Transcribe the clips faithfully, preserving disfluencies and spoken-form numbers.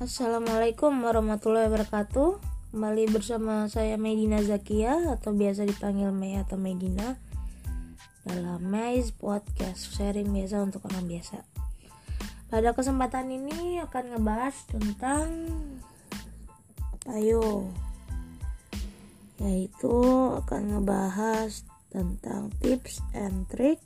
Assalamualaikum warahmatullahi wabarakatuh. Kembali bersama saya Medina Zakia atau biasa dipanggil Mei atau Medina dalam Mei's Podcast, sharing biasa untuk orang biasa. Pada kesempatan ini akan ngebahas tentang ayo yaitu akan ngebahas tentang tips and trick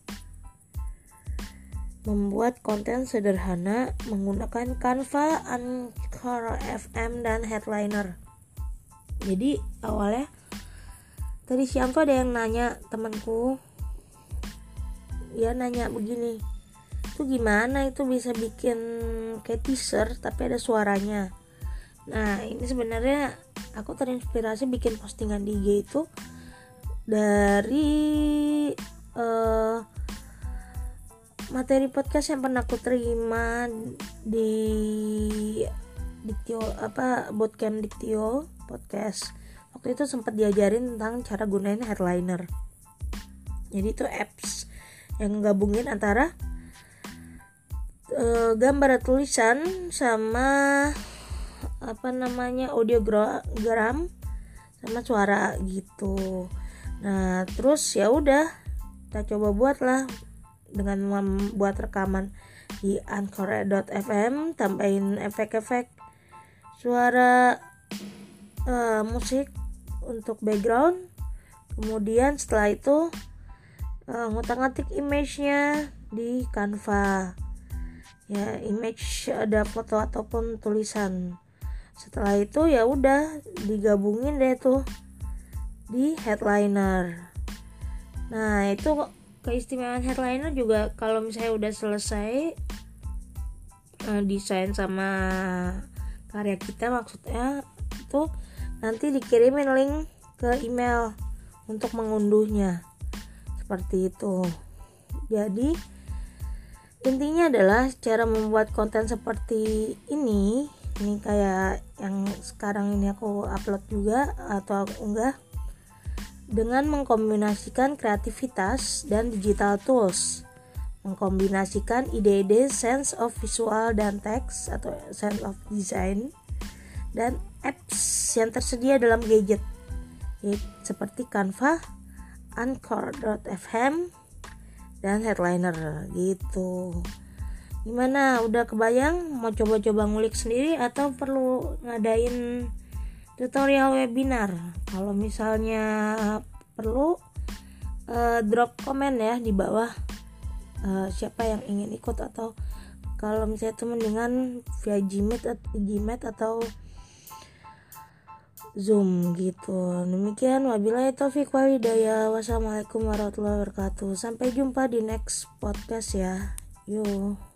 membuat konten sederhana menggunakan Canva, Anchor F M, dan Headliner. Jadi awalnya tadi siang tuh ada yang nanya, temanku ya nanya begini, itu gimana itu bisa bikin kayak teaser tapi ada suaranya. Nah ini sebenarnya aku terinspirasi bikin postingan di I G itu dari uh, materi podcast yang pernah aku terima di Diktio apa Bootcamp Diktio podcast. Waktu itu sempat diajarin tentang cara gunain Headliner. Jadi itu apps yang gabungin antara e, gambar tulisan sama apa namanya audiogram sama suara gitu. Nah, terus ya udah kita coba buat lah dengan membuat rekaman di anchor dot f m, tambahin efek-efek suara uh, musik untuk background. Kemudian setelah itu uh, ngutak-ngatik image-nya di Canva. Ya, image ada foto ataupun tulisan. Setelah itu ya udah digabungin deh tuh di Headliner. Nah, itu keistimewaan Headliner juga kalau misalnya udah selesai uh, desain sama karya kita, maksudnya itu nanti dikirimin link ke email untuk mengunduhnya seperti itu. Jadi intinya adalah cara membuat konten seperti ini ini kayak yang sekarang ini aku upload juga atau aku unggah, dengan mengkombinasikan kreativitas dan digital tools, mengkombinasikan ide-ide sense of visual dan teks atau sense of design dan apps yang tersedia dalam gadget seperti Canva, Anchor dot f m, dan Headliner gitu. Gimana, udah kebayang mau coba-coba ngulik sendiri atau perlu ngadain tutorial webinar? Kalau misalnya perlu uh, drop komen ya di bawah uh, siapa yang ingin ikut, atau kalau misalnya itu mendingan via Gmeet, Gmeet atau Zoom gitu. Demikian, wabillahi taufiq wal hidayah. Wassalamualaikum warahmatullahi wabarakatuh. Sampai jumpa di next podcast ya. Yo.